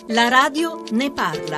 La radio ne parla.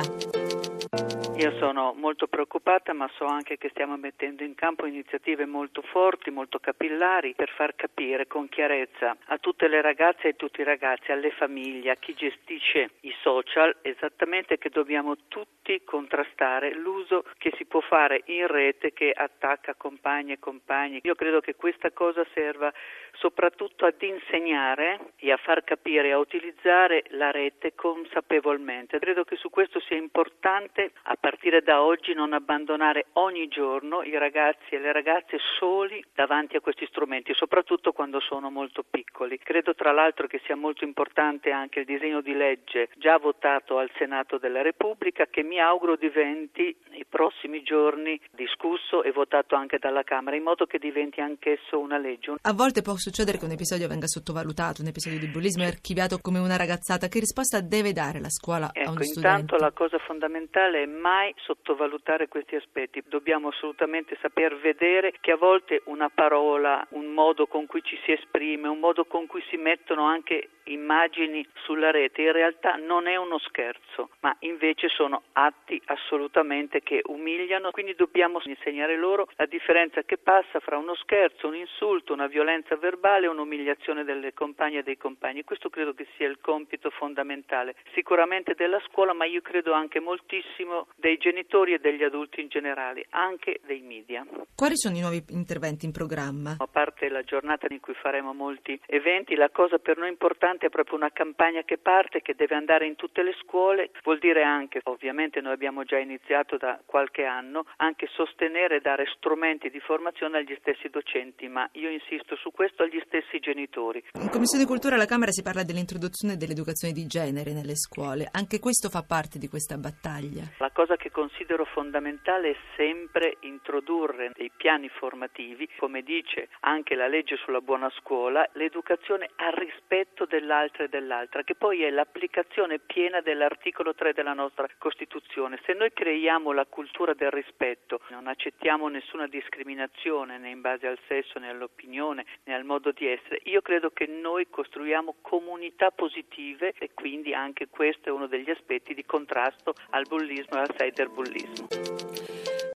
Io sono molto preoccupata, ma so anche che stiamo mettendo in campo iniziative molto forti, molto capillari per far capire con chiarezza a tutte le ragazze e a tutti i ragazzi, alle famiglie, a chi gestisce i social, esattamente che dobbiamo tutti contrastare l'uso che si può fare in rete che attacca compagni e compagni. Io credo che questa cosa serva soprattutto ad insegnare e a far capire, a utilizzare la rete consapevolmente. Credo che su questo sia importante a partire da oggi non abbandonare ogni giorno i ragazzi e le ragazze soli davanti a questi strumenti, soprattutto quando sono molto piccoli. Credo tra l'altro che sia molto importante anche il disegno di legge già votato al Senato della Repubblica, che mi auguro diventi nei prossimi giorni discusso e votato anche dalla Camera, in modo che diventi anch'esso una legge. A volte può succedere che un episodio venga sottovalutato, un episodio di bullismo è archiviato come una ragazzata. Che risposta deve dare la scuola a uno studente? Intanto la cosa fondamentale è mai sottovalutare questi aspetti. Dobbiamo assolutamente saper vedere che a volte una parola, un modo con cui ci si esprime, un modo con cui si mettono anche immagini sulla rete, in realtà non è uno scherzo, ma invece sono atti assolutamente che umiliano, quindi dobbiamo insegnare loro la differenza che passa fra uno scherzo, un insulto, una violenza verbale e un'umiliazione delle compagne e dei compagni. Questo credo che sia il compito fondamentale, sicuramente della scuola, ma io credo anche moltissimo dei genitori e degli adulti in generale, anche dei media. Quali sono i nuovi interventi in programma? A parte la giornata in cui faremo molti eventi, la cosa per noi importante è proprio una campagna che parte, che deve andare in tutte le scuole. Vuol dire anche, ovviamente noi abbiamo già iniziato da qualche anno, anche sostenere e dare strumenti di formazione agli stessi docenti, ma io insisto su questo, agli stessi genitori. In Commissione Cultura alla Camera si parla dell'introduzione dell'educazione di genere nelle scuole. Anche questo fa parte di questa battaglia. La cosa che considero fondamentale è sempre introdurre nei piani formativi, come dice anche la legge sulla buona scuola, l'educazione al rispetto dell'altra e dell'altra, che poi è l'applicazione piena dell'articolo 3 della nostra Costituzione. Se noi creiamo la cultura del rispetto, non accettiamo nessuna discriminazione né in base al sesso né all'opinione né al modo di essere, io credo che noi costruiamo comunità positive e quindi anche questo è uno degli aspetti di contrasto al bullismo e al cyberbullismo.